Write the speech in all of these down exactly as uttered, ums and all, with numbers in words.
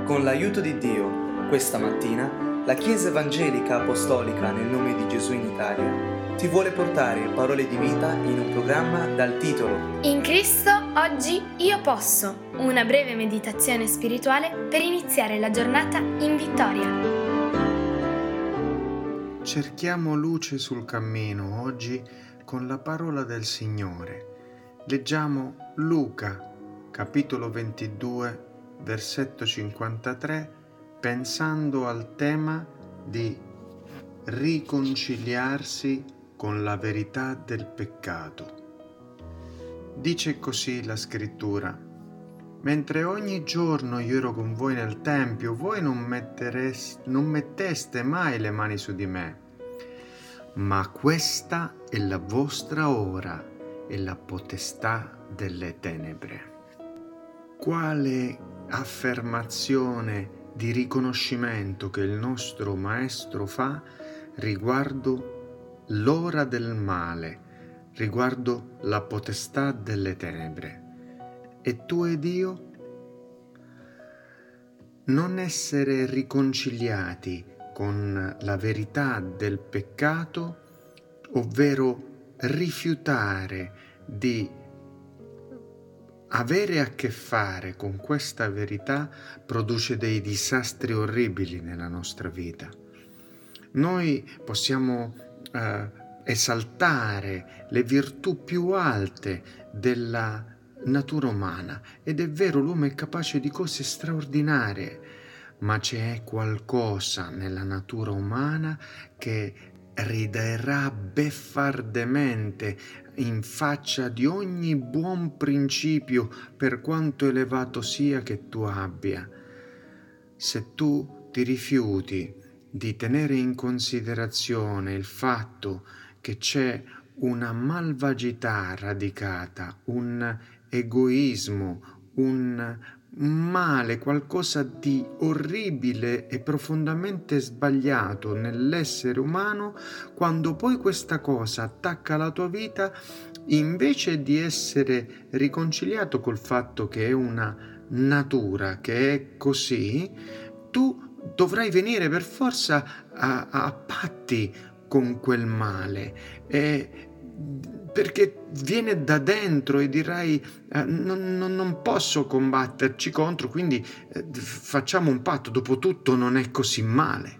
Con l'aiuto di Dio, questa mattina, la Chiesa Evangelica Apostolica nel nome di Gesù in Italia ti vuole portare parole di vita in un programma dal titolo In Cristo oggi io posso, una breve meditazione spirituale per iniziare la giornata in vittoria. Cerchiamo luce sul cammino oggi con la parola del Signore. Leggiamo Luca, capitolo ventidue, versetto cinquantatré, pensando al tema di riconciliarsi con la verità del peccato. Dice così la scrittura: mentre ogni giorno io ero con voi nel tempio, voi non, metteres- non metteste mai le mani su di me, ma questa è la vostra ora e la potestà delle tenebre. Quale affermazione di riconoscimento che il nostro Maestro fa riguardo l'ora del male, riguardo la potestà delle tenebre. E tu ed io non essere riconciliati con la verità del peccato, ovvero rifiutare di avere a che fare con questa verità, produce dei disastri orribili nella nostra vita. Noi possiamo eh, esaltare le virtù più alte della natura umana, ed è vero, l'uomo è capace di cose straordinarie, ma c'è qualcosa nella natura umana che riderà beffardemente in faccia di ogni buon principio, per quanto elevato sia che tu abbia. Se tu ti rifiuti di tenere in considerazione il fatto che c'è una malvagità radicata, un egoismo, un male, qualcosa di orribile e profondamente sbagliato nell'essere umano, quando poi questa cosa attacca la tua vita, invece di essere riconciliato col fatto che è una natura, che è così, tu dovrai venire per forza a, a patti con quel male, e perché viene da dentro e dirai eh, non, non, non posso combatterci contro, quindi eh, facciamo un patto, dopo tutto non è così male.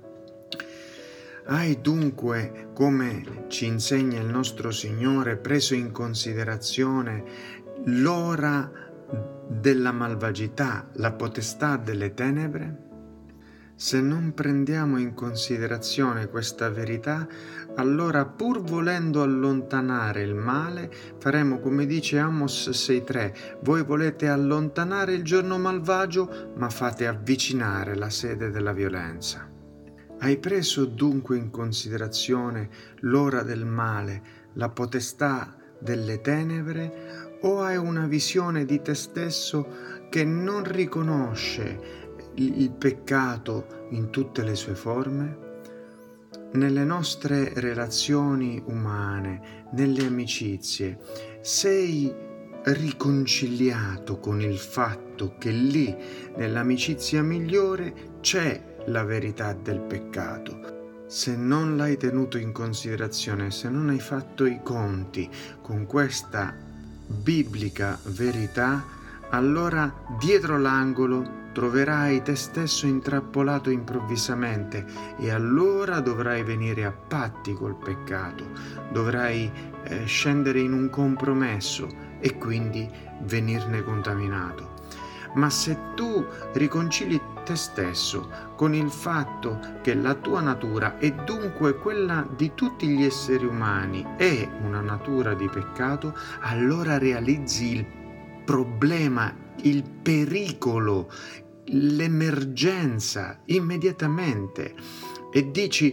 Hai dunque, come ci insegna il nostro Signore, preso in considerazione l'ora della malvagità, la potestà delle tenebre? Se non prendiamo in considerazione questa verità, allora, pur volendo allontanare il male, faremo come dice Amos sei tre: voi volete allontanare il giorno malvagio, ma fate avvicinare la sede della violenza. Hai preso dunque in considerazione l'ora del male, la potestà delle tenebre, o hai una visione di te stesso che non riconosce il peccato in tutte le sue forme? Nelle nostre relazioni umane, nelle amicizie, sei riconciliato con il fatto che lì, nell'amicizia migliore, c'è la verità del peccato? Se non l'hai tenuto in considerazione, se non hai fatto i conti con questa biblica verità, allora dietro l'angolo troverai te stesso intrappolato improvvisamente, e allora dovrai venire a patti col peccato, dovrai eh, scendere in un compromesso e quindi venirne contaminato. Ma se tu riconcili te stesso con il fatto che la tua natura, e dunque quella di tutti gli esseri umani, è una natura di peccato, allora realizzi il problema, il pericolo, l'emergenza immediatamente, e dici: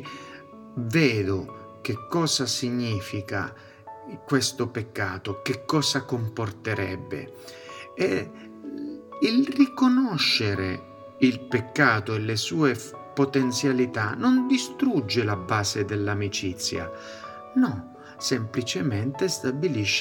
vedo che cosa significa questo peccato, che cosa comporterebbe. E il riconoscere il peccato e le sue potenzialità non distrugge la base dell'amicizia, no, semplicemente stabilisce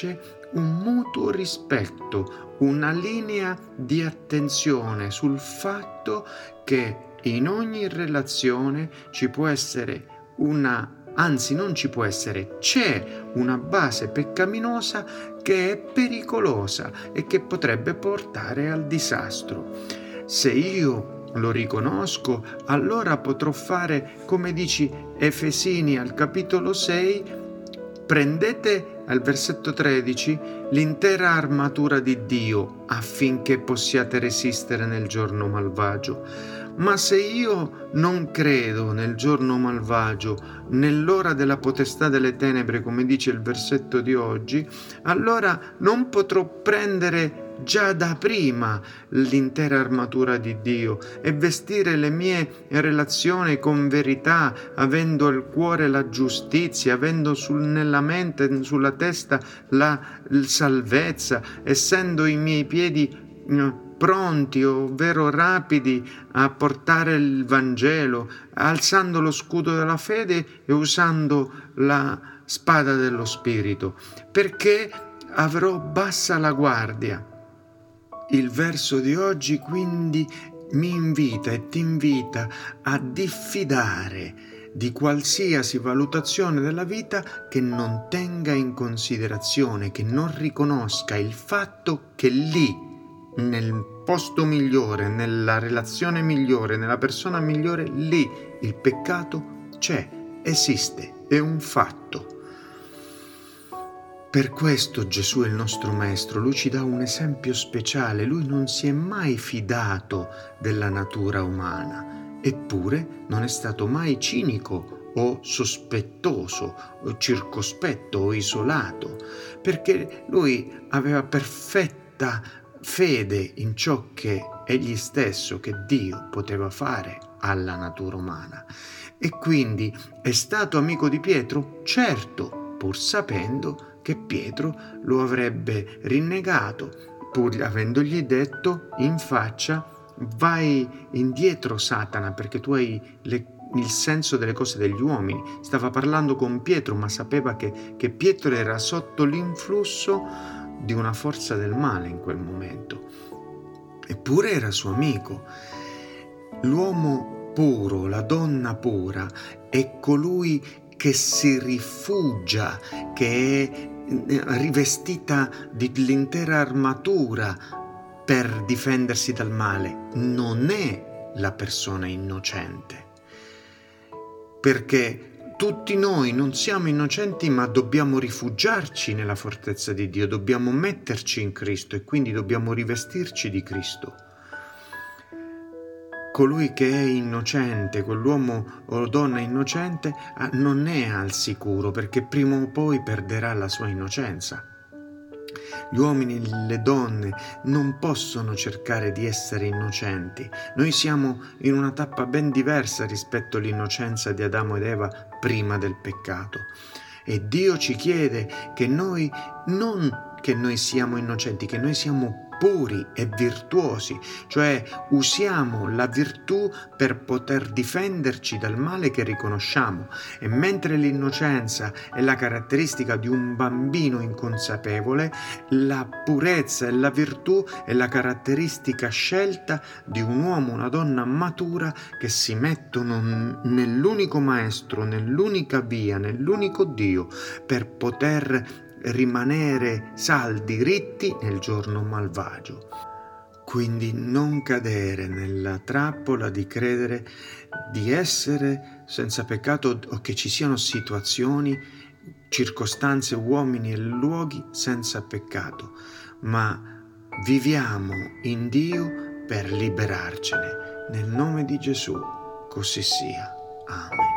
un mutuo rispetto, una linea di attenzione sul fatto che in ogni relazione ci può essere una, anzi non ci può essere, c'è una base peccaminosa che è pericolosa e che potrebbe portare al disastro. Se io lo riconosco, allora potrò fare, come dici Efesini al capitolo sei, prendete al versetto tredici l'intera armatura di Dio affinché possiate resistere nel giorno malvagio. Ma se io non credo nel giorno malvagio, nell'ora della potestà delle tenebre, come dice il versetto di oggi, allora non potrò prendere già da prima l'intera armatura di Dio e vestire le mie relazioni con verità, avendo al cuore la giustizia, avendo sul, nella mente, sulla testa la, la salvezza, essendo i miei piedi pronti, ovvero rapidi a portare il Vangelo, alzando lo scudo della fede e usando la spada dello Spirito, perché avrò bassa la guardia. Il verso di oggi quindi mi invita e ti invita a diffidare di qualsiasi valutazione della vita che non tenga in considerazione, che non riconosca il fatto che lì, nel posto migliore, nella relazione migliore, nella persona migliore, lì il peccato c'è, esiste, è un fatto. Per questo Gesù è il nostro Maestro, Lui ci dà un esempio speciale, Lui non si è mai fidato della natura umana, eppure non è stato mai cinico o sospettoso, o circospetto o isolato, perché Lui aveva perfetta fede in ciò che egli stesso, che Dio poteva fare alla natura umana. E quindi è stato amico di Pietro? Certo, pur sapendo che Pietro lo avrebbe rinnegato, pur avendogli detto in faccia: vai indietro Satana, perché tu hai le, il senso delle cose degli uomini. Stava parlando con Pietro, ma sapeva che, che Pietro era sotto l'influsso di una forza del male in quel momento. Eppure era suo amico. L'uomo puro, la donna pura, è colui che si rifugia, che è rivestita dell'intera armatura per difendersi dal male. Non è la persona innocente, perché tutti noi non siamo innocenti, ma dobbiamo rifugiarci nella fortezza di Dio, dobbiamo metterci in Cristo e quindi dobbiamo rivestirci di Cristo. Colui che è innocente, quell'uomo o donna innocente, non è al sicuro, perché prima o poi perderà la sua innocenza. Gli uomini e le donne non possono cercare di essere innocenti. Noi siamo in una tappa ben diversa rispetto all'innocenza di Adamo ed Eva prima del peccato. E Dio ci chiede che noi, non che noi siamo innocenti, che noi siamo puri e virtuosi, cioè usiamo la virtù per poter difenderci dal male che riconosciamo. E mentre l'innocenza è la caratteristica di un bambino inconsapevole, la purezza e la virtù è la caratteristica scelta di un uomo, una donna matura che si mettono nell'unico Maestro, nell'unica via, nell'unico Dio, per poter rimanere saldi, ritti nel giorno malvagio. Quindi non cadere nella trappola di credere di essere senza peccato o che ci siano situazioni, circostanze, uomini e luoghi senza peccato, ma viviamo in Dio per liberarcene. Nel nome di Gesù, così sia. Amen.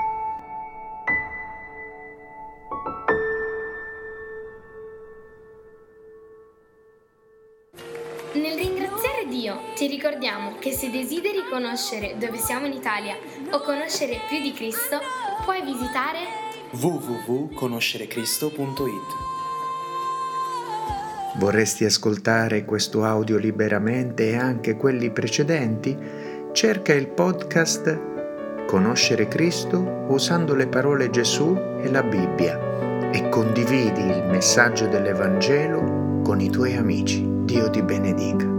Nel ringraziare Dio ti ricordiamo che se desideri conoscere dove siamo in Italia o conoscere più di Cristo, puoi visitare w w w punto conoscere cristo punto i t. Vorresti ascoltare questo audio liberamente e anche quelli precedenti? Cerca il podcast Conoscere Cristo usando le parole Gesù e la Bibbia e condividi il messaggio dell'Evangelo con i tuoi amici. Dio ti benedica.